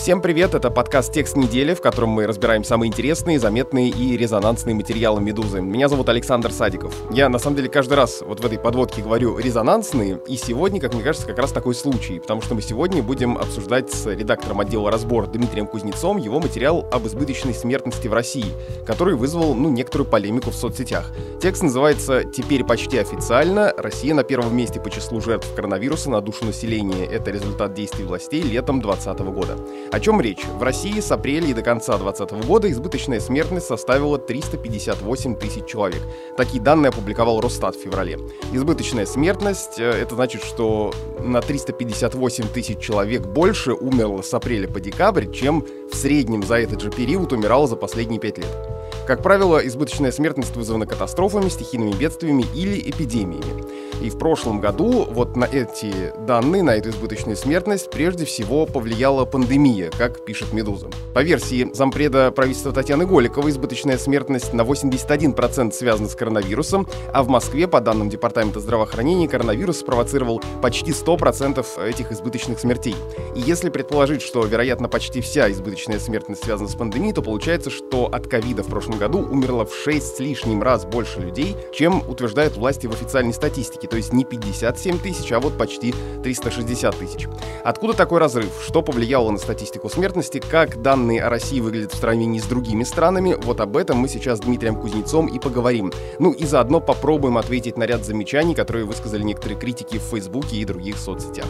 Всем привет, это подкаст «Текст недели», в котором мы разбираем самые интересные, заметные и резонансные материалы «Медузы». Меня зовут Александр Садиков. Я, на самом деле, каждый раз вот в этой подводке говорю «резонансные», и сегодня, как мне кажется, как раз такой случай, потому что мы сегодня будем обсуждать с редактором отдела «Разбор» Дмитрием Кузнецовым его материал об избыточной смертности в России, который вызвал, некоторую полемику в соцсетях. Текст называется «Теперь почти официально. Россия на первом месте по числу жертв коронавируса на душу населения. Это результат действий властей летом 2020 года». О чем речь? В России с апреля и до конца 2020 года избыточная смертность составила 358 тысяч человек. Такие данные опубликовал Росстат в феврале. Избыточная смертность — это значит, что на 358 тысяч человек больше умерло с апреля по декабрь, чем в среднем за этот же период умирало за последние 5 лет. Как правило, избыточная смертность вызвана катастрофами, стихийными бедствиями или эпидемиями. И в прошлом году вот на эти данные, на эту избыточную смертность прежде всего повлияла пандемия, как пишет «Медуза». По версии зампреда правительства Татьяны Голиковой, избыточная смертность на 81% связана с коронавирусом, а в Москве, по данным Департамента здравоохранения, коронавирус спровоцировал почти 100% этих избыточных смертей. И если предположить, что, вероятно, почти вся избыточная смертность связана с пандемией, то получается, что от ковида в прошлом году умерло в 6 с лишним раз больше людей, чем утверждают власти в официальной статистике, то есть не 57 тысяч, а вот почти 360 тысяч. Откуда такой разрыв? Что повлияло на статистику смертности? Как данные о России выглядят в сравнении с другими странами? Вот об этом мы сейчас с Дмитрием Кузнецовым и поговорим. И заодно попробуем ответить на ряд замечаний, которые высказали некоторые критики в Фейсбуке и других соцсетях.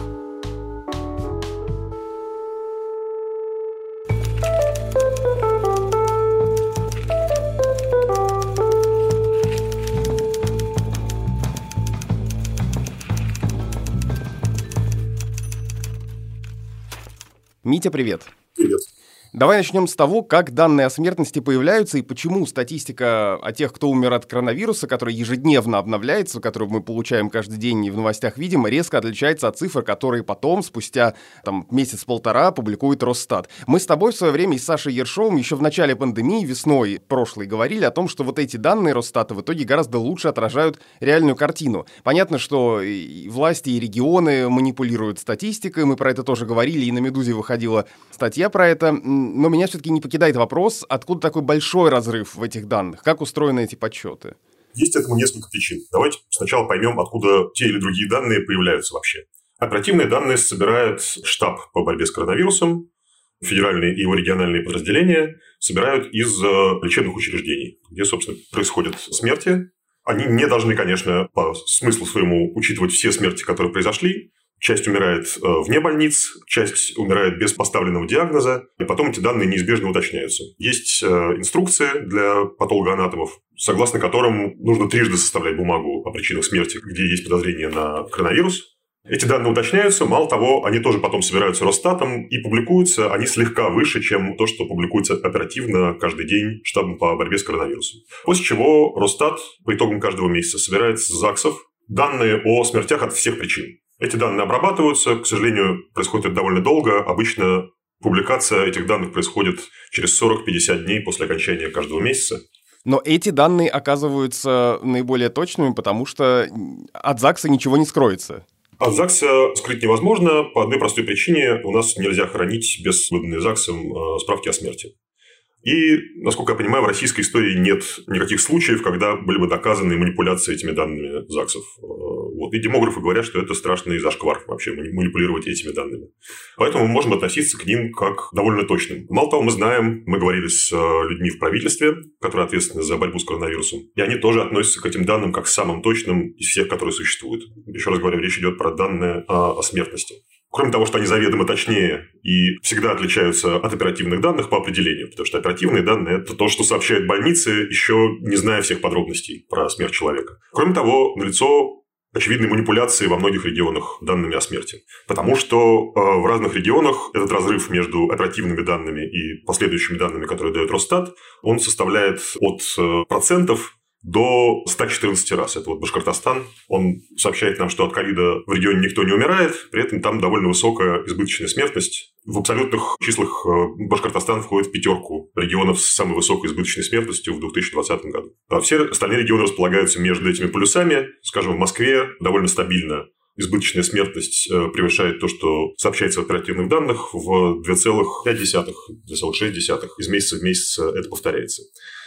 Митя, привет. Привет. Давай начнем с того, как данные о смертности появляются и почему статистика о тех, кто умер от коронавируса, которая ежедневно обновляется, которую мы получаем каждый день и в новостях видим, резко отличается от цифр, которые потом, спустя месяц-полтора, публикует Росстат. Мы с тобой в свое время и с Сашей Ершовым еще в начале пандемии, весной прошлой, говорили о том, что вот эти данные Росстата в итоге гораздо лучше отражают реальную картину. Понятно, что и власти, и регионы манипулируют статистикой, мы про это тоже говорили, и на «Медузе» выходила статья про это. Но меня все-таки не покидает вопрос, откуда такой большой разрыв в этих данных? Как устроены эти подсчеты? Есть этому несколько причин. Давайте сначала поймем, откуда те или другие данные появляются вообще. Оперативные данные собирает штаб по борьбе с коронавирусом, федеральные и его региональные подразделения собирают из лечебных учреждений, где, собственно, происходят смерти. Они не должны, конечно, по смыслу своему учитывать все смерти, которые произошли. Часть умирает вне больниц, часть умирает без поставленного диагноза, и потом эти данные неизбежно уточняются. Есть инструкция для патологоанатомов, согласно которым нужно трижды составлять бумагу о причинах смерти, где есть подозрение на коронавирус. Эти данные уточняются, мало того, они тоже потом собираются Росстатом и публикуются, они слегка выше, чем то, что публикуется оперативно каждый день штабом по борьбе с коронавирусом. После чего Росстат по итогам каждого месяца собирает с ЗАГСов данные о смертях от всех причин. Эти данные обрабатываются, к сожалению, происходит это довольно долго. Обычно публикация этих данных происходит через 40-50 дней после окончания каждого месяца. Но эти данные оказываются наиболее точными, потому что от ЗАГСа ничего не скроется. От ЗАГСа скрыть невозможно по одной простой причине. У нас нельзя хранить без выданной ЗАГСом справки о смерти. И, насколько я понимаю, в российской истории нет никаких случаев, когда были бы доказаны манипуляции этими данными ЗАГСов. И демографы говорят, что это страшный зашквар вообще манипулировать этими данными. Поэтому мы можем относиться к ним как к довольно точным. Мало того, мы говорили с людьми в правительстве, которые ответственны за борьбу с коронавирусом, и они тоже относятся к этим данным как к самым точным из всех, которые существуют. Еще раз говорю, речь идет про данные о смертности. Кроме того, что они заведомо точнее и всегда отличаются от оперативных данных по определению, потому что оперативные данные – это то, что сообщают больницы, еще не зная всех подробностей про смерть человека. Кроме того, налицо очевидные манипуляции во многих регионах данными о смерти. Потому что в разных регионах этот разрыв между оперативными данными и последующими данными, которые дает Росстат, он составляет от процентов до 114 раз. Это Башкортостан. Он сообщает нам, что от ковида в регионе никто не умирает, при этом там довольно высокая избыточная смертность. В абсолютных числах Башкортостан входит в 5 регионов с самой высокой избыточной смертностью в 2020 году. А все остальные регионы располагаются между этими полюсами. Скажем, в Москве довольно стабильно избыточная смертность превышает то, что сообщается в оперативных данных, в 2,5-2,6. Из месяца в месяц это повторяется.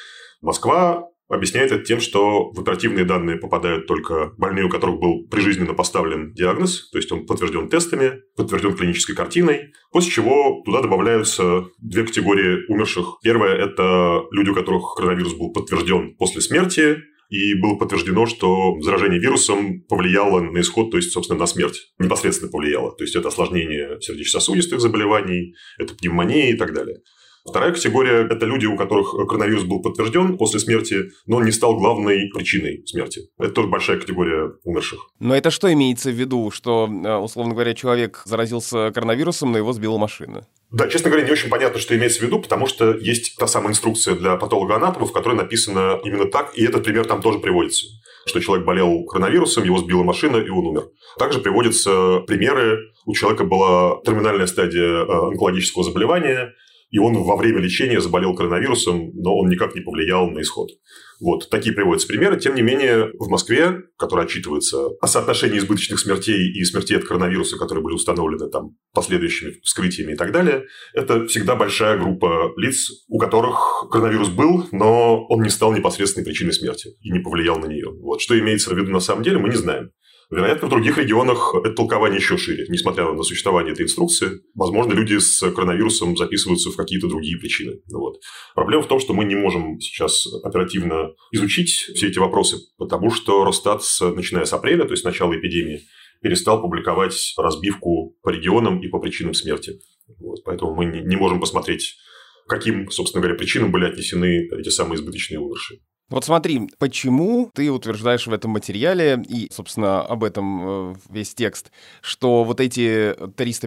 Москва объясняет это тем, что в оперативные данные попадают только больные, у которых был прижизненно поставлен диагноз, то есть он подтвержден тестами, подтвержден клинической картиной, после чего туда добавляются две категории умерших. Первая – это люди, у которых коронавирус был подтвержден после смерти, и было подтверждено, что заражение вирусом повлияло на исход, то есть, собственно, на смерть. Непосредственно повлияло. То есть, это осложнение сердечно-сосудистых заболеваний, это пневмония и так далее. Вторая категория – это люди, у которых коронавирус был подтвержден после смерти, но он не стал главной причиной смерти. Это тоже большая категория умерших. Но это что имеется в виду? Что, условно говоря, человек заразился коронавирусом, но его сбила машина? Да, честно говоря, не очень понятно, что имеется в виду, потому что есть та самая инструкция для патологоанатомов, в которой написано именно так, и этот пример там тоже приводится. Что человек болел коронавирусом, его сбила машина, и он умер. Также приводятся примеры, у человека была терминальная стадия онкологического заболевания, и он во время лечения заболел коронавирусом, но он никак не повлиял на исход. Вот такие приводятся примеры. Тем не менее, в Москве, которая отчитывается о соотношении избыточных смертей и смертей от коронавируса, которые были установлены там последующими вскрытиями и так далее, это всегда большая группа лиц, у которых коронавирус был, но он не стал непосредственной причиной смерти и не повлиял на нее. Вот. Что имеется в виду на самом деле, мы не знаем. Вероятно, в других регионах это толкование еще шире. Несмотря на существование этой инструкции, возможно, люди с коронавирусом записываются в какие-то другие причины. Вот. Проблема в том, что мы не можем сейчас оперативно изучить все эти вопросы, потому что Росстат, начиная с апреля, то есть с начала эпидемии, перестал публиковать разбивку по регионам и по причинам смерти. Вот. Поэтому мы не можем посмотреть, каким, собственно говоря, причинам были отнесены эти самые избыточные умершие. Вот смотри, почему ты утверждаешь в этом материале, и, собственно, об этом весь текст, что вот эти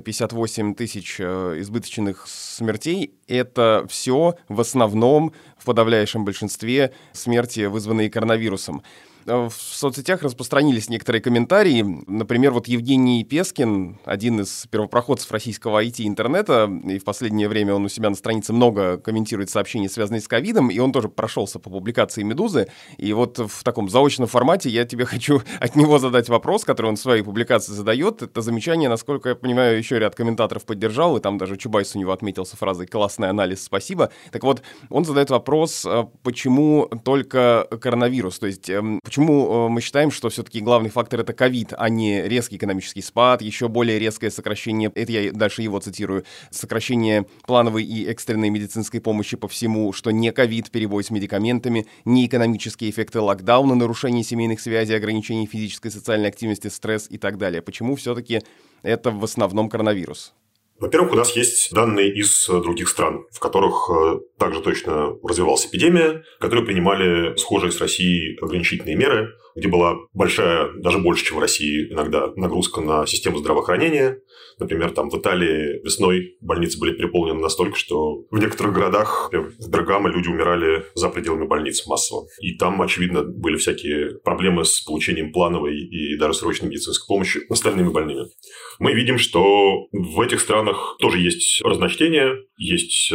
358 тысяч избыточных смертей — это все в основном, в подавляющем большинстве, смерти, вызванные коронавирусом. В соцсетях распространились некоторые комментарии. Например, вот Евгений Пескин, один из первопроходцев российского IT-интернета, и в последнее время он у себя на странице много комментирует сообщения, связанные с ковидом, и он тоже прошелся по публикации «Медузы». И вот в таком заочном формате я тебе хочу от него задать вопрос, который он в своей публикации задает. Это замечание, насколько я понимаю, еще ряд комментаторов поддержал, и там даже Чубайс у него отметился фразой «классный анализ, спасибо». Так вот, он задает вопрос, почему только коронавирус, то есть почему мы считаем, что все-таки главный фактор — это ковид, а не резкий экономический спад, еще более резкое сокращение, это я дальше его цитирую, сокращение плановой и экстренной медицинской помощи по всему, что не ковид, перебой с медикаментами, не экономические эффекты локдауна, нарушение семейных связей, ограничение физической и социальной активности, стресс и так далее. Почему все-таки это в основном коронавирус? Во-первых, у нас есть данные из других стран, в которых также точно развивалась эпидемия, которые принимали схожие с Россией ограничительные меры, где была большая, даже больше, чем в России, иногда нагрузка на систему здравоохранения. Например, там в Италии весной больницы были переполнены настолько, что в некоторых городах, в Бергамо, люди умирали за пределами больниц массово. И там, очевидно, были всякие проблемы с получением плановой и даже срочной медицинской помощи остальными больными. Мы видим, что в этих странах тоже есть разночтения. Есть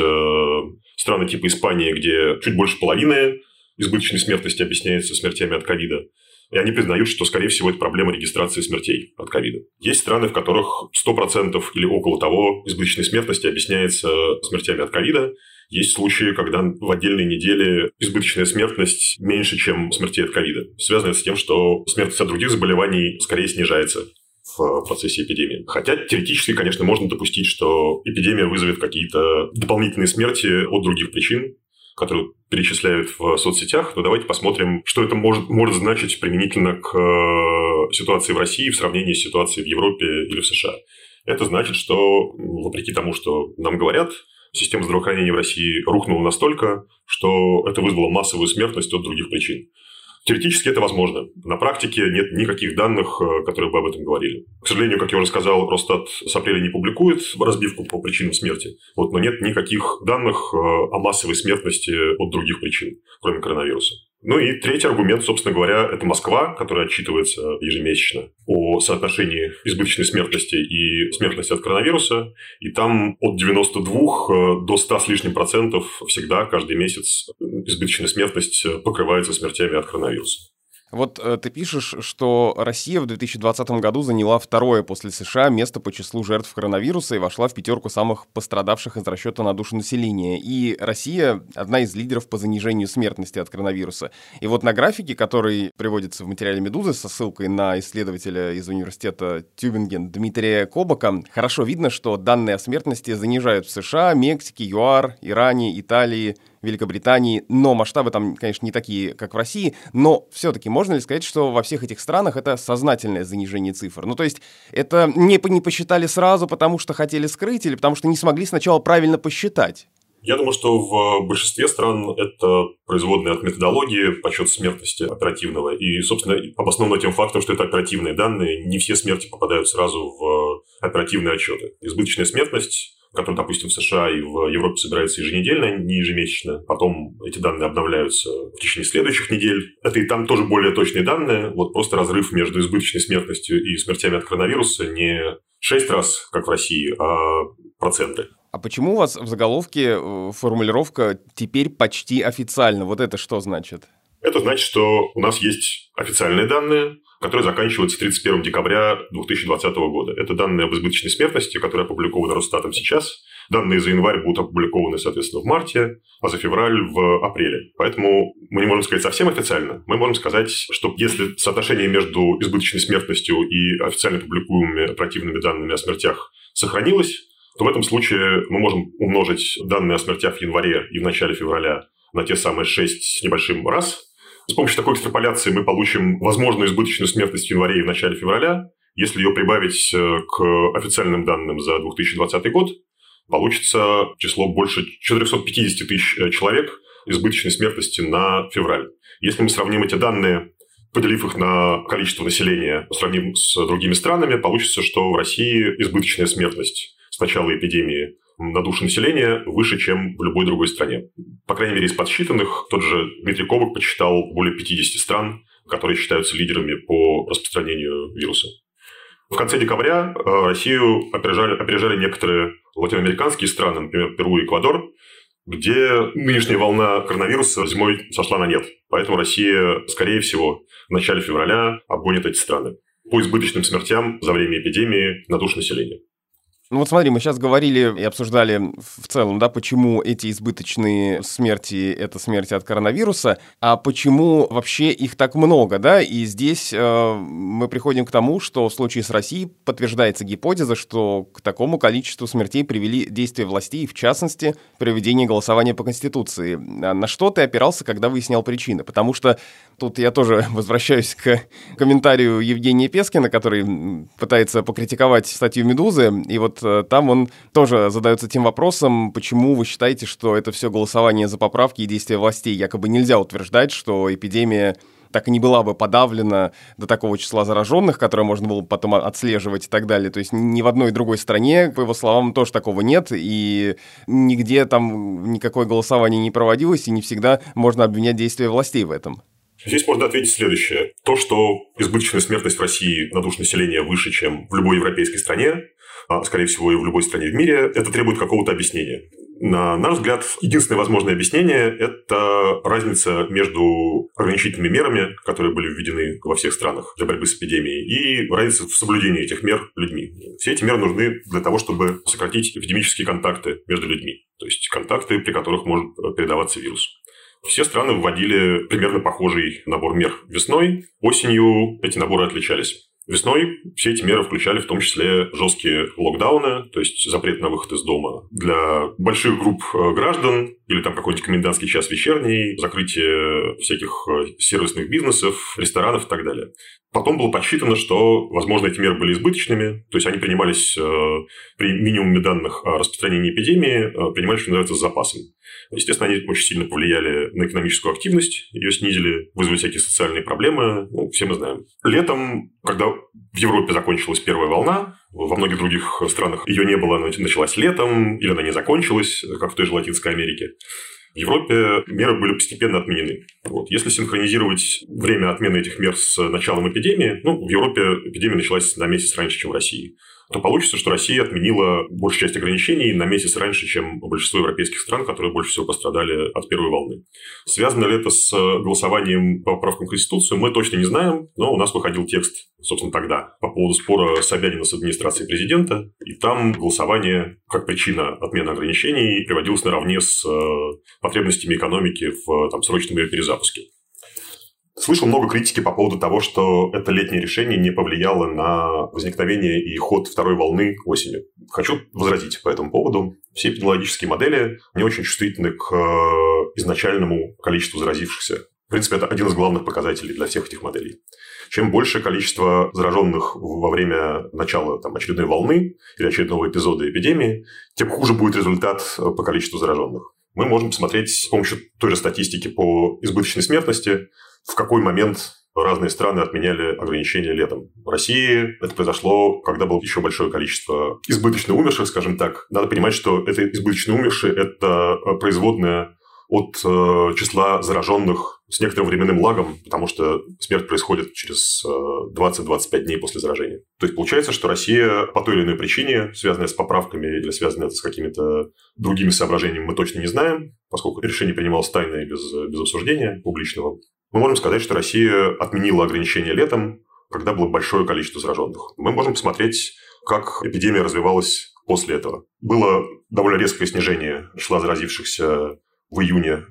страны типа Испании, где чуть больше половины избыточной смертности объясняется смертями от ковида. И они признают, что, скорее всего, это проблема регистрации смертей от ковида. Есть страны, в которых 100% или около того избыточной смертности объясняется смертями от ковида. Есть случаи, когда в отдельные недели избыточная смертность меньше, чем смертей от ковида. Связано это с тем, что смертность от других заболеваний скорее снижается в процессе эпидемии. Хотя теоретически, конечно, можно допустить, что эпидемия вызовет какие-то дополнительные смерти от других причин, которые перечисляют в соцсетях, но давайте посмотрим, что это может значить применительно к ситуации в России в сравнении с ситуацией в Европе или в США. Это значит, что, вопреки тому, что нам говорят, система здравоохранения в России рухнула настолько, что это вызвало массовую смертность от других причин. Теоретически это возможно. На практике нет никаких данных, которые бы об этом говорили. К сожалению, как я уже сказал, Росстат с апреля не публикует разбивку по причинам смерти. Но нет никаких данных о массовой смертности от других причин, кроме коронавируса. Ну и третий аргумент, собственно говоря, это Москва, которая отчитывается ежемесячно о соотношении избыточной смертности и смертности от коронавируса. И там от 92 до 100 с лишним процентов всегда, каждый месяц, избыточная смертность покрывается смертями от коронавируса. Вот ты пишешь, что Россия в 2020 году заняла второе после США место по числу жертв коронавируса и вошла в 5 самых пострадавших из расчета на душу населения. И Россия одна из лидеров по занижению смертности от коронавируса. И вот на графике, который приводится в материале «Медузы» со ссылкой на исследователя из университета Тюбинген Дмитрия Кобака, хорошо видно, что данные о смертности занижают в США, Мексике, ЮАР, Иране, Италии, Великобритании, но масштабы там, конечно, не такие, как в России, но все-таки можно ли сказать, что во всех этих странах это сознательное занижение цифр? Ну, то есть это не посчитали сразу, потому что хотели скрыть, или потому что не смогли сначала правильно посчитать? Я думаю, что в большинстве стран это производная от методологии подсчет смертности оперативного. И, собственно, обосновано тем фактом, что это оперативные данные. Не все смерти попадают сразу в оперативные отчеты. Избыточная смертность, которая, допустим, в США и в Европе собирается еженедельно, не ежемесячно. Потом эти данные обновляются в течение следующих недель. Это и там тоже более точные данные. Вот просто разрыв между избыточной смертностью и смертями от коронавируса не 6 раз, как в России, а проценты. А почему у вас в заголовке формулировка «теперь почти официально»? Вот это что значит? Это значит, что у нас есть официальные данные, которые заканчиваются 31 декабря 2020 года. Это данные об избыточной смертности, которые опубликованы Росстатом сейчас. Данные за январь будут опубликованы, соответственно, в марте, а за февраль – в апреле. Поэтому мы не можем сказать совсем официально. Мы можем сказать, что если соотношение между избыточной смертностью и официально публикуемыми оперативными данными о смертях сохранилось, то в этом случае мы можем умножить данные о смертях в январе и в начале февраля на те самые 6 с небольшим раз. С помощью такой экстраполяции мы получим возможную избыточную смертность в январе и в начале февраля. Если ее прибавить к официальным данным за 2020 год, получится число больше 450 тысяч человек избыточной смертности на февраль. Если мы сравним эти данные, поделив их на количество населения, сравним с другими странами, получится, что в России избыточная смертность с начала эпидемии на душу населения выше, чем в любой другой стране. По крайней мере, из подсчитанных, тот же Дмитрий Кобак подсчитал более 50 стран, которые считаются лидерами по распространению вируса. В конце декабря Россию опережали некоторые латиноамериканские страны, например, Перу и Эквадор, где нынешняя волна коронавируса зимой сошла на нет. Поэтому Россия, скорее всего, в начале февраля обгонит эти страны по избыточным смертям за время эпидемии на душу населения. Ну вот смотри, мы сейчас говорили и обсуждали в целом, да, почему эти избыточные смерти — это смерти от коронавируса, а почему вообще их так много, да, и здесь мы приходим к тому, что в случае с Россией подтверждается гипотеза, что к такому количеству смертей привели действия властей, в частности, проведение голосования по Конституции. На что ты опирался, когда выяснял причины? Потому что тут я тоже возвращаюсь к комментарию Евгения Пескина, который пытается покритиковать статью «Медузы», и вот там он тоже задается тем вопросом, почему вы считаете, что это все голосование за поправки и действия властей. Якобы нельзя утверждать, что эпидемия так и не была бы подавлена до такого числа зараженных, которое можно было бы потом отслеживать и так далее. То есть ни в одной другой стране, по его словам, тоже такого нет, и нигде там никакое голосование не проводилось, и не всегда можно обвинять действия властей в этом. Здесь можно ответить следующее. То, что избыточная смертность в России на душу населения выше, чем в любой европейской стране, а, скорее всего, и в любой стране в мире, это требует какого-то объяснения. На наш взгляд, единственное возможное объяснение – это разница между ограничительными мерами, которые были введены во всех странах для борьбы с эпидемией, и разница в соблюдении этих мер людьми. Все эти меры нужны для того, чтобы сократить эпидемические контакты между людьми, то есть контакты, при которых может передаваться вирус. Все страны вводили примерно похожий набор мер весной, осенью эти наборы отличались. Весной все эти меры включали в том числе жесткие локдауны, то есть запрет на выход из дома для больших групп граждан или там какой-нибудь комендантский час вечерний, закрытие всяких сервисных бизнесов, ресторанов и так далее. Потом было подсчитано, что, возможно, эти меры были избыточными, то есть они принимались при минимуме данных о распространении эпидемии, принимались, что называется, с запасом. Естественно, они очень сильно повлияли на экономическую активность, ее снизили, вызвали всякие социальные проблемы, все мы знаем. Летом, когда в Европе закончилась первая волна, во многих других странах ее не было, она началась летом, или она не закончилась, как в той же Латинской Америке. В Европе меры были постепенно отменены. Вот. Если синхронизировать время отмены этих мер с началом эпидемии, в Европе эпидемия началась на месяц раньше, чем в России. то получится, что Россия отменила большую часть ограничений на месяц раньше, чем большинство европейских стран, которые больше всего пострадали от первой волны. Связано ли это с голосованием по поправкам в Конституцию, мы точно не знаем, но у нас выходил текст, собственно, тогда по поводу спора Собянина с администрацией президента, и там голосование как причина отмены ограничений приводилось наравне с потребностями экономики в срочном ее перезапуске. Слышал много критики по поводу того, что это летнее решение не повлияло на возникновение и ход второй волны осенью. Хочу возразить по этому поводу. Все эпидемиологические модели не очень чувствительны к изначальному количеству заразившихся. В принципе, это один из главных показателей для всех этих моделей. Чем больше количество зараженных во время начала очередной волны или очередного эпизода эпидемии, тем хуже будет результат по количеству зараженных. Мы можем посмотреть с помощью той же статистики по избыточной смертности, в какой момент разные страны отменяли ограничения летом. В России это произошло, когда было еще большое количество избыточно умерших, скажем так. Надо понимать, что это избыточно умершие – это производная от числа зараженных с некоторым временным лагом, потому что смерть происходит через 20-25 дней после заражения. То есть получается, что Россия по той или иной причине, связанная с поправками или связанная с какими-то другими соображениями, мы точно не знаем, поскольку решение принималось тайно и без обсуждения публичного. Мы можем сказать, что Россия отменила ограничения летом, когда было большое количество зараженных. Мы можем посмотреть, как эпидемия развивалась после этого. Было довольно резкое снижение числа заразившихся в июне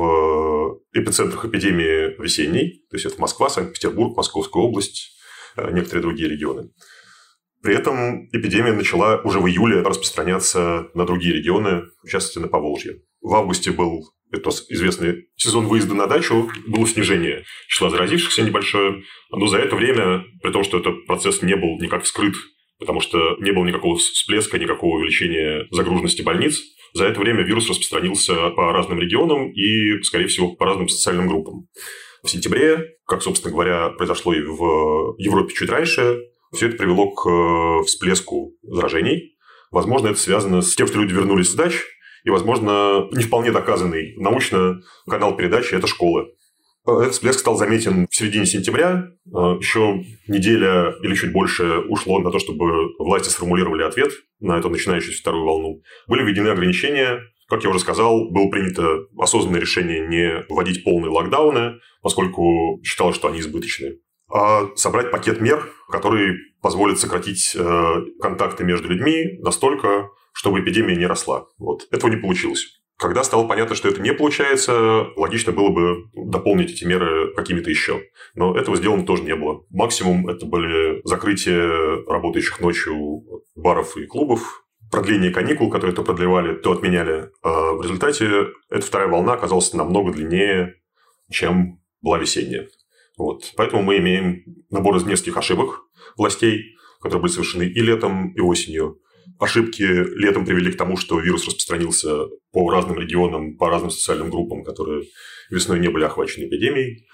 в эпицентрах эпидемии весенней, то есть это Москва, Санкт-Петербург, Московская область, некоторые другие регионы. При этом эпидемия начала уже в июле распространяться на другие регионы, в частности на Поволжье. В августе был известный сезон выезда на дачу, было снижение числа заразившихся небольшое, но за это время, при том, что этот процесс не был никак вскрыт, потому что не было никакого всплеска, никакого увеличения загруженности больниц, за это время вирус распространился по разным регионам и, скорее всего, по разным социальным группам. В сентябре, как, собственно говоря, произошло и в Европе чуть раньше, все это привело к всплеску заражений. Возможно, это связано с тем, что люди вернулись с дач, и, возможно, не вполне доказанный научно канал передачи – это школы. Этот всплеск стал заметен в середине сентября. Еще неделя или чуть больше ушло на то, чтобы власти сформулировали ответ на эту начинающуюся вторую волну. Были введены ограничения. Как я уже сказал, было принято осознанное решение не вводить полные локдауны, поскольку считалось, что они избыточны, а собрать пакет мер, который позволит сократить контакты между людьми настолько, чтобы эпидемия не росла. Этого не получилось. Когда стало понятно, что это не получается, логично было бы дополнить эти меры какими-то еще. Но этого сделано тоже не было. Максимум это были закрытие работающих ночью баров и клубов, продление каникул, которые то продлевали, то отменяли. А в результате эта вторая волна оказалась намного длиннее, чем была весенняя. Поэтому мы имеем набор из нескольких ошибок властей, которые были совершены и летом, и осенью. Ошибки летом привели к тому, что вирус распространился по разным регионам, по разным социальным группам, которые весной не были охвачены эпидемией.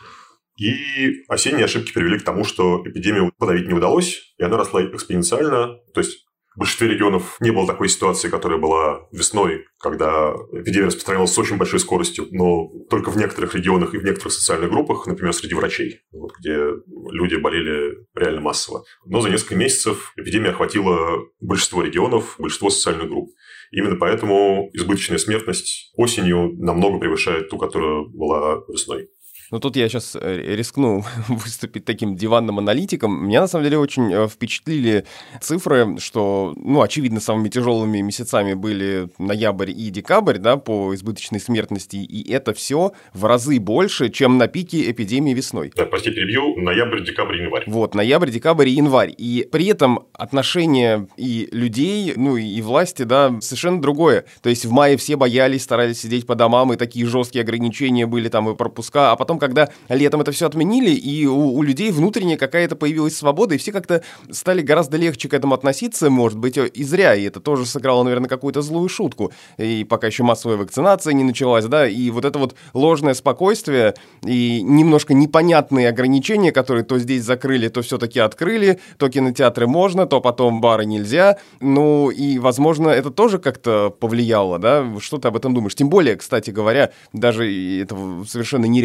И осенние ошибки привели к тому, что эпидемию подавить не удалось, и она росла экспоненциально. То есть в большинстве регионов не было такой ситуации, которая была весной, когда эпидемия распространялась с очень большой скоростью, но только в некоторых регионах и в некоторых социальных группах, например, среди врачей, где люди болели реально массово. Но за несколько месяцев эпидемия охватила большинство регионов, большинство социальных групп. Именно поэтому избыточная смертность осенью намного превышает ту, которая была весной. Ну, тут я сейчас рискну выступить таким диванным аналитиком. Меня, на самом деле, очень впечатлили цифры, что, очевидно, самыми тяжелыми месяцами были ноябрь и декабрь, да, по избыточной смертности, и это все в разы больше, чем на пике эпидемии весной. Да, прости, перебью. Ноябрь, декабрь, январь. Ноябрь, декабрь и январь. И при этом отношение и людей, и власти, да, совершенно другое. То есть в мае все боялись, старались сидеть по домам, и такие жесткие ограничения были там, и пропуска, а потом, когда летом это все отменили, и у людей внутренне какая-то появилась свобода, и все как-то стали гораздо легче к этому относиться, может быть, и зря, и это тоже сыграло, наверное, какую-то злую шутку. И пока еще массовая вакцинация не началась, да, и это ложное спокойствие и немножко непонятные ограничения, которые то здесь закрыли, то все-таки открыли, то кинотеатры можно, то потом бары нельзя, и, возможно, это тоже как-то повлияло, да, что ты об этом думаешь? Тем более, кстати говоря, даже это совершенно не репрезентативно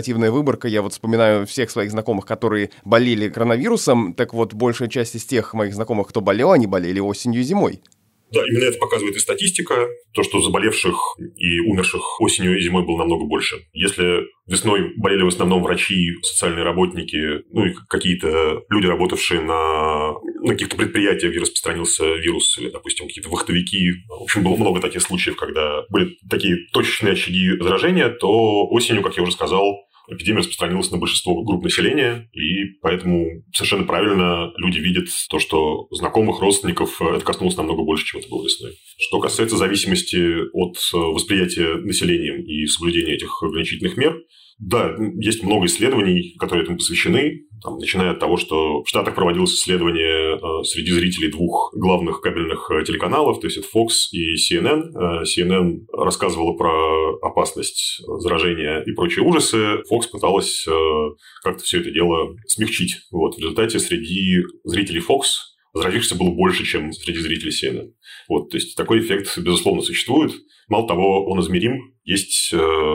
результативная выборка. Я вот вспоминаю всех своих знакомых, которые болели коронавирусом. Так вот, большая часть из тех моих знакомых, кто болел, они болели осенью и зимой. Да, именно это показывает и статистика, то, что заболевших и умерших осенью и зимой было намного больше. Если весной болели в основном врачи, социальные работники, и какие-то люди, работавшие на каких-то предприятиях, где распространился вирус, или, допустим, какие-то вахтовики. В общем, было много таких случаев, когда были такие точечные очаги заражения, то осенью, как я уже сказал, эпидемия распространилась на большинство групп населения, и поэтому совершенно правильно люди видят то, что знакомых, родственников это коснулось намного больше, чем это было весной. Что касается зависимости от восприятия населением и соблюдения этих ограничительных мер, да, есть много исследований, которые этому посвящены, начиная от того, что в Штатах проводилось исследование среди зрителей двух главных кабельных телеканалов, то есть это Fox и CNN. CNN рассказывала про опасность заражения и прочие ужасы. Fox пыталась как-то все это дело смягчить. В результате среди зрителей Fox заразившихся было больше, чем среди зрителей CNN. То есть такой эффект, безусловно, существует. Мало того, он измерим. Есть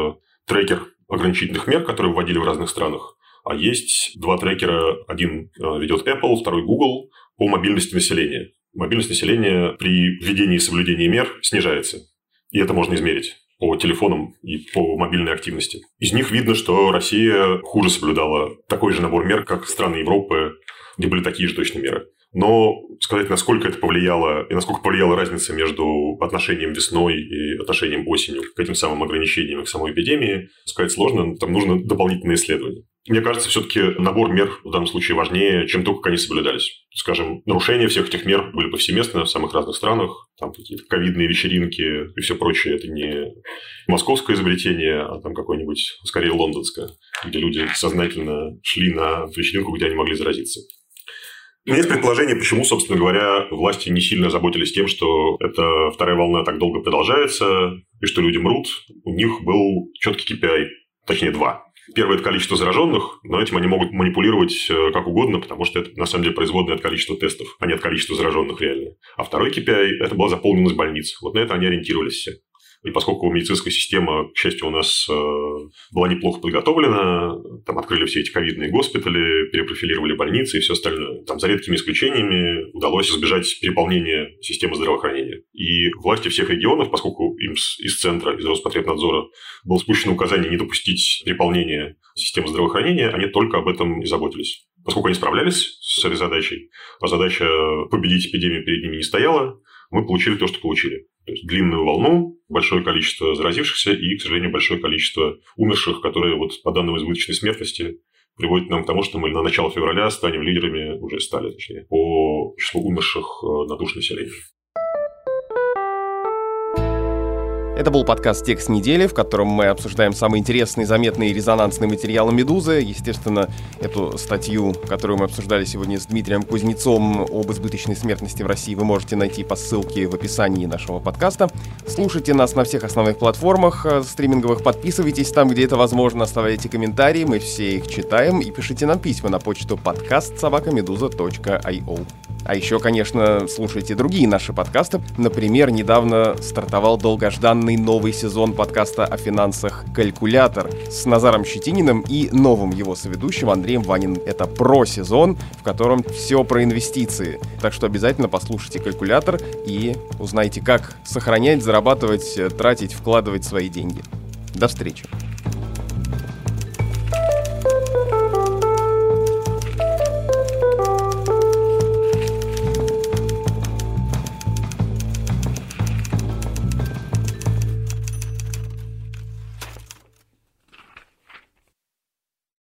трекер ограничительных мер, которые вводили в разных странах. А есть два трекера. Один ведет Apple, второй Google по мобильности населения. Мобильность населения при введении и соблюдении мер снижается. И это можно измерить по телефонам и по мобильной активности. Из них видно, что Россия хуже соблюдала такой же набор мер, как страны Европы, где были такие же точно меры. Но сказать, насколько это повлияло, и насколько повлияла разница между отношением весной и отношением осенью к этим самым ограничениям, к самой эпидемии, сказать сложно, там нужно дополнительные исследования. Мне кажется, все-таки набор мер в данном случае важнее, чем то, как они соблюдались. Скажем, нарушения всех этих мер были повсеместны в самых разных странах. Там какие-то ковидные вечеринки и все прочее. Это не московское изобретение, а там какое-нибудь, скорее, лондонское, где люди сознательно шли на вечеринку, где они могли заразиться. У меня есть предположение, почему, собственно говоря, власти не сильно заботились тем, что эта вторая волна так долго продолжается и что люди мрут. У них был четкий KPI, точнее, два. Первое – это количество зараженных, но этим они могут манипулировать как угодно, потому что это, на самом деле, производное от количества тестов, а не от количества зараженных реально. А второй KPI – это была заполненность больниц. На это они ориентировались все. И поскольку медицинская система, к счастью, у нас была неплохо подготовлена, там открыли все эти ковидные госпитали, перепрофилировали больницы и все остальное. Там за редкими исключениями удалось избежать переполнения системы здравоохранения. И власти всех регионов, поскольку им из центра, из Роспотребнадзора было спущено указание не допустить переполнения системы здравоохранения, они только об этом и заботились. Поскольку они справлялись с этой задачей, а задача победить эпидемию перед ними не стояла, мы получили то, что получили. То есть длинную волну, большое количество заразившихся и, к сожалению, большое количество умерших, которые по данным избыточной смертности приводят нам к тому, что мы на начало февраля станем лидерами, уже стали, точнее, по числу умерших на душу населения. Это был подкаст «Текст недели», в котором мы обсуждаем самые интересные, заметные и резонансные материалы «Медузы». Естественно, эту статью, которую мы обсуждали сегодня с Дмитрием Кузнецом об избыточной смертности в России, вы можете найти по ссылке в описании нашего подкаста. Слушайте нас на всех основных платформах стриминговых, подписывайтесь там, где это возможно, оставляйте комментарии, мы все их читаем, и пишите нам письма на почту podcast@meduza.io. А еще, конечно, слушайте другие наши подкасты. Например, недавно стартовал долгожданный новый сезон подкаста о финансах «Калькулятор» с Назаром Щетининым и новым его соведущим Андреем Ваниным. Это про-сезон, в котором все про инвестиции. Так что обязательно послушайте «Калькулятор» и узнайте, как сохранять, зарабатывать, тратить, вкладывать свои деньги. До встречи!